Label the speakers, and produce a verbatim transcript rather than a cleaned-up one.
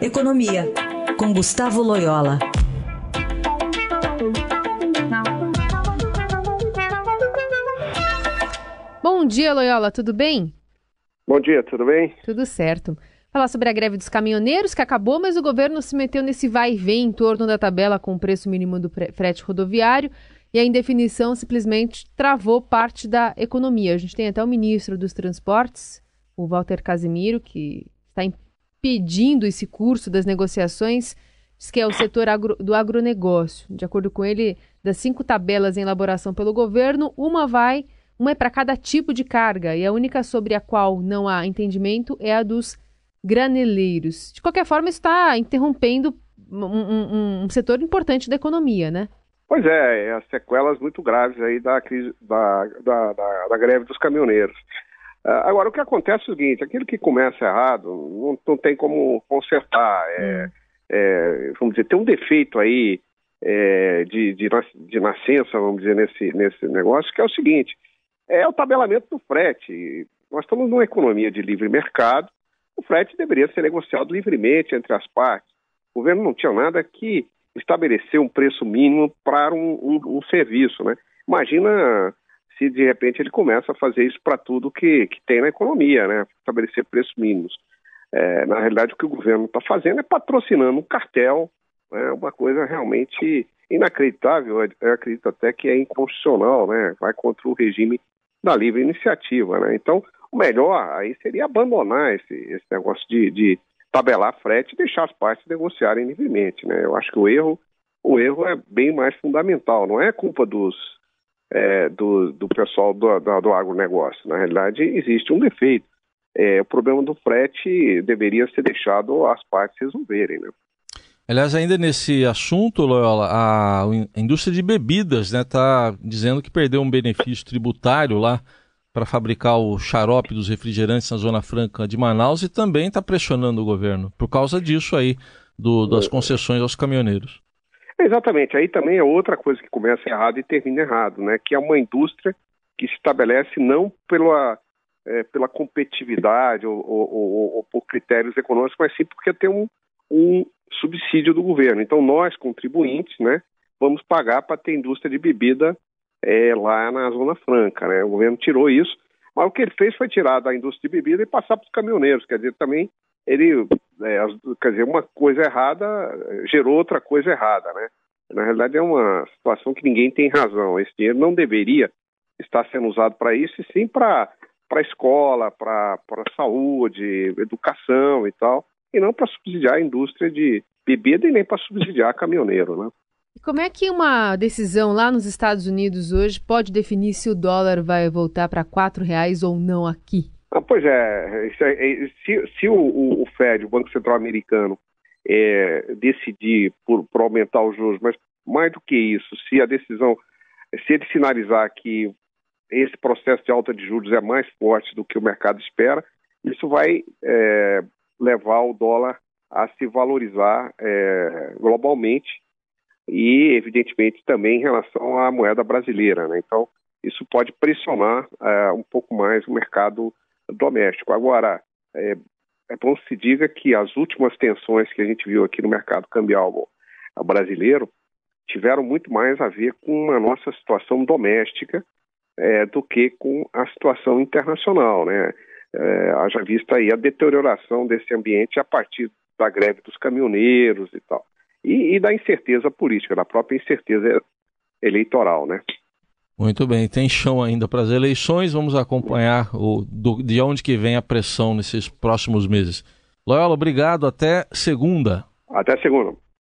Speaker 1: Economia, com Gustavo Loyola.
Speaker 2: Bom dia, Loyola, tudo bem?
Speaker 3: Bom dia, tudo bem?
Speaker 2: Tudo certo. Falar sobre a greve dos caminhoneiros, que acabou, mas o governo se meteu nesse vai e vem em torno da tabela com o preço mínimo do frete rodoviário e a indefinição simplesmente travou parte da economia. A gente tem até o ministro dos Transportes, o Walter Casimiro, que está impedindo esse curso das negociações, diz que é o setor agro, do agronegócio. De acordo com ele, das cinco tabelas em elaboração pelo governo, uma vai, uma é para cada tipo de carga, e a única sobre a qual não há entendimento é a dos graneleiros. De qualquer forma, está interrompendo um, um, um setor importante da economia, né?
Speaker 3: Pois é, as sequelas muito graves aí da, crise, da, da, da, da greve dos caminhoneiros. Uh, agora, o que acontece é o seguinte, aquilo que começa errado não, não tem como consertar. É, hum. é, vamos dizer, tem um defeito aí é, de, de, de nascença, vamos dizer, nesse, nesse negócio, que é o seguinte, é o tabelamento do frete. Nós estamos numa economia de livre mercado, o frete deveria ser negociado livremente entre as partes. O governo não tinha nada que estabelecer um preço mínimo para um, um, um serviço, né? Imagina se de repente ele começa a fazer isso para tudo que, que tem na economia, né? Estabelecer preços mínimos. É, na realidade, o que o governo está fazendo é patrocinando um cartel, né? Uma coisa realmente inacreditável. Eu acredito até que é inconstitucional, né? Vai contra o regime da livre iniciativa, né? Então, o melhor aí seria abandonar esse, esse negócio de, de tabelar frete e deixar as partes negociarem livremente, né? Eu acho que o erro, o erro é bem mais fundamental, não é culpa dos, é, do, do pessoal do, do, do agronegócio. Na realidade, existe um defeito. É, o problema do frete deveria ser deixado às partes resolverem, né?
Speaker 4: Aliás, ainda nesse assunto, Loyola, a indústria de bebidas, né, tá dizendo que perdeu um benefício tributário lá para fabricar o xarope dos refrigerantes na Zona Franca de Manaus e também está pressionando o governo por causa disso aí, do, das concessões aos caminhoneiros.
Speaker 3: Exatamente, aí também é outra coisa que começa errado e termina errado, né? Que é uma indústria que se estabelece não pela, é, pela competitividade ou, ou, ou, ou por critérios econômicos, mas sim porque tem um, um subsídio do governo. Então nós, contribuintes, né, vamos pagar para ter indústria de bebida É, lá na Zona Franca, né? O governo tirou isso, mas o que ele fez foi tirar da indústria de bebida e passar para os caminhoneiros, quer dizer, também ele, é, quer dizer, uma coisa errada gerou outra coisa errada, né? Na realidade é uma situação que ninguém tem razão, esse dinheiro não deveria estar sendo usado para isso, e sim para para escola, para para saúde, educação e tal, e não para subsidiar a indústria de bebida e nem para subsidiar caminhoneiro, né?
Speaker 2: Como é que uma decisão lá nos Estados Unidos hoje pode definir se o dólar vai voltar para quatro reais ou não aqui?
Speaker 3: Ah, pois é, se, se o, o Fed, o Banco Central Americano, é, decidir por, por aumentar os juros, mas mais do que isso, se a decisão, se ele sinalizar que esse processo de alta de juros é mais forte do que o mercado espera, isso vai é, levar o dólar a se valorizar é, globalmente, e, evidentemente, também em relação à moeda brasileira, né? Então, isso pode pressionar uh, um pouco mais o mercado doméstico. Agora, é, é bom que se diga que as últimas tensões que a gente viu aqui no mercado cambial brasileiro tiveram muito mais a ver com a nossa situação doméstica é, do que com a situação internacional, né? É, haja vista aí a deterioração desse ambiente a partir da greve dos caminhoneiros e tal. E, e da incerteza política, da própria incerteza eleitoral, né?
Speaker 4: Muito bem, tem chão ainda para as eleições, vamos acompanhar o, do, de onde que vem a pressão nesses próximos meses. Loyola, obrigado, até segunda.
Speaker 3: Até segunda.